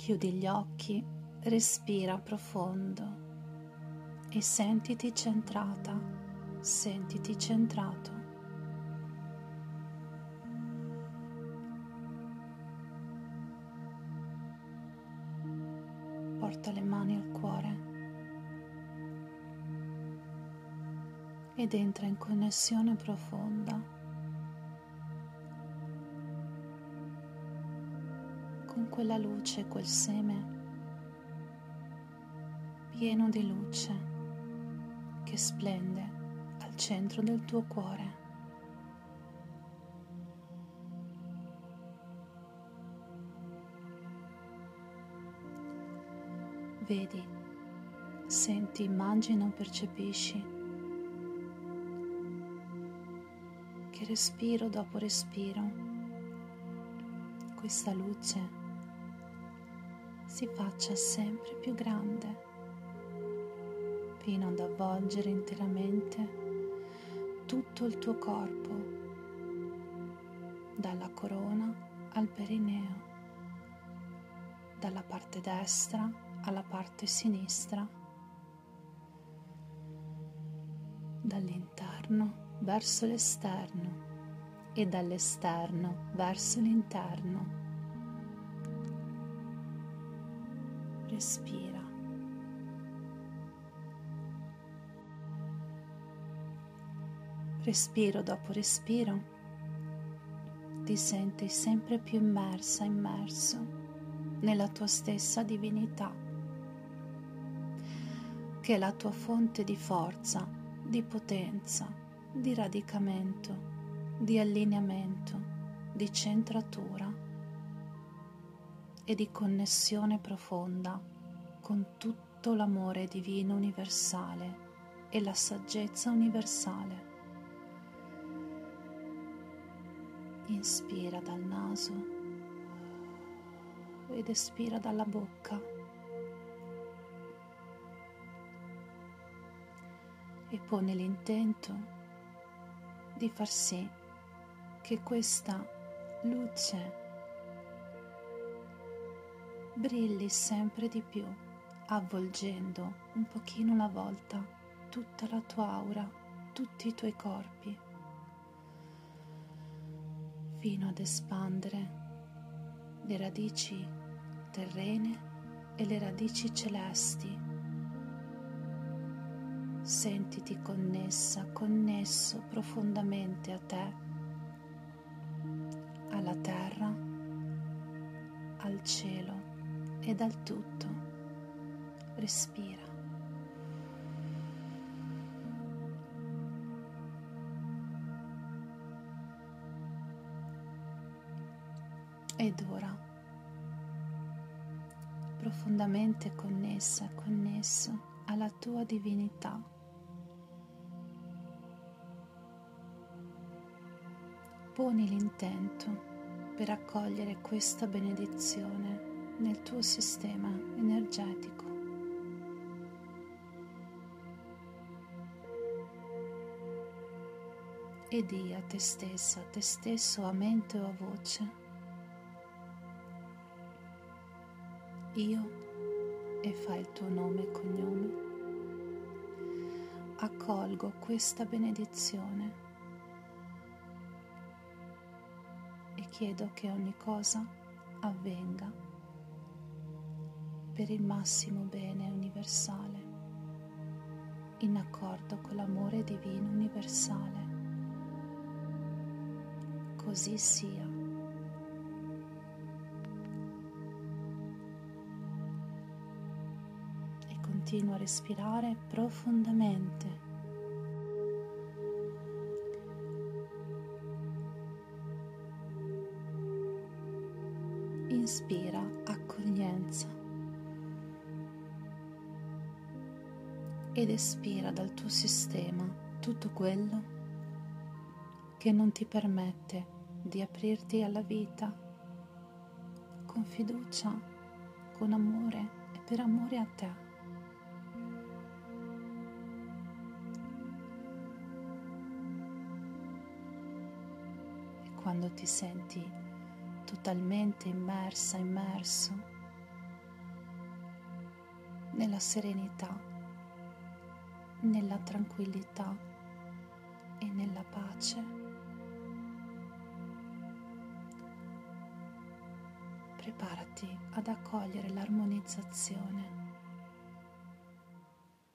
Chiudi gli occhi, respira profondo e sentiti centrata, sentiti centrato. Porta le mani al cuore ed entra in connessione profonda con quella luce, quel seme pieno di luce che splende al centro del tuo cuore. Vedi, senti, immagina o percepisci che respiro dopo respiro questa luce si faccia sempre più grande fino ad avvolgere interamente tutto il tuo corpo, dalla corona al perineo, dalla parte destra alla parte sinistra, dall'interno verso l'esterno e dall'esterno verso l'interno. Respira. Respiro dopo respiro ti senti sempre più immersa, immerso nella tua stessa divinità, che è la tua fonte di forza, di potenza, di radicamento, di allineamento, di centratura e di connessione profonda con tutto l'amore divino universale e la saggezza universale. Inspira dal naso ed espira dalla bocca e poni l'intento di far sì che questa luce brilli sempre di più, avvolgendo un pochino alla volta tutta la tua aura, tutti i tuoi corpi, fino ad espandere le radici terrene e le radici celesti. Sentiti connessa, connesso profondamente a te, alla terra, al cielo ed al tutto. Respira. Ed ora, profondamente connessa, connesso alla tua divinità, poni l'intento per accogliere questa benedizione nel tuo sistema energetico. E di a te stessa, a te stesso, a mente o a voce: io, e fai il tuo nome e cognome, accolgo questa benedizione e chiedo che ogni cosa avvenga per il massimo bene universale, in accordo con l'amore divino universale. Così sia. E continua a respirare profondamente. Inspira accoglienza ed espira dal tuo sistema tutto quello che non ti permette di aprirti alla vita con fiducia, con amore e per amore a te. E quando ti senti totalmente immersa, immerso nella serenità, nella tranquillità e nella pace. Preparati ad accogliere l'armonizzazione.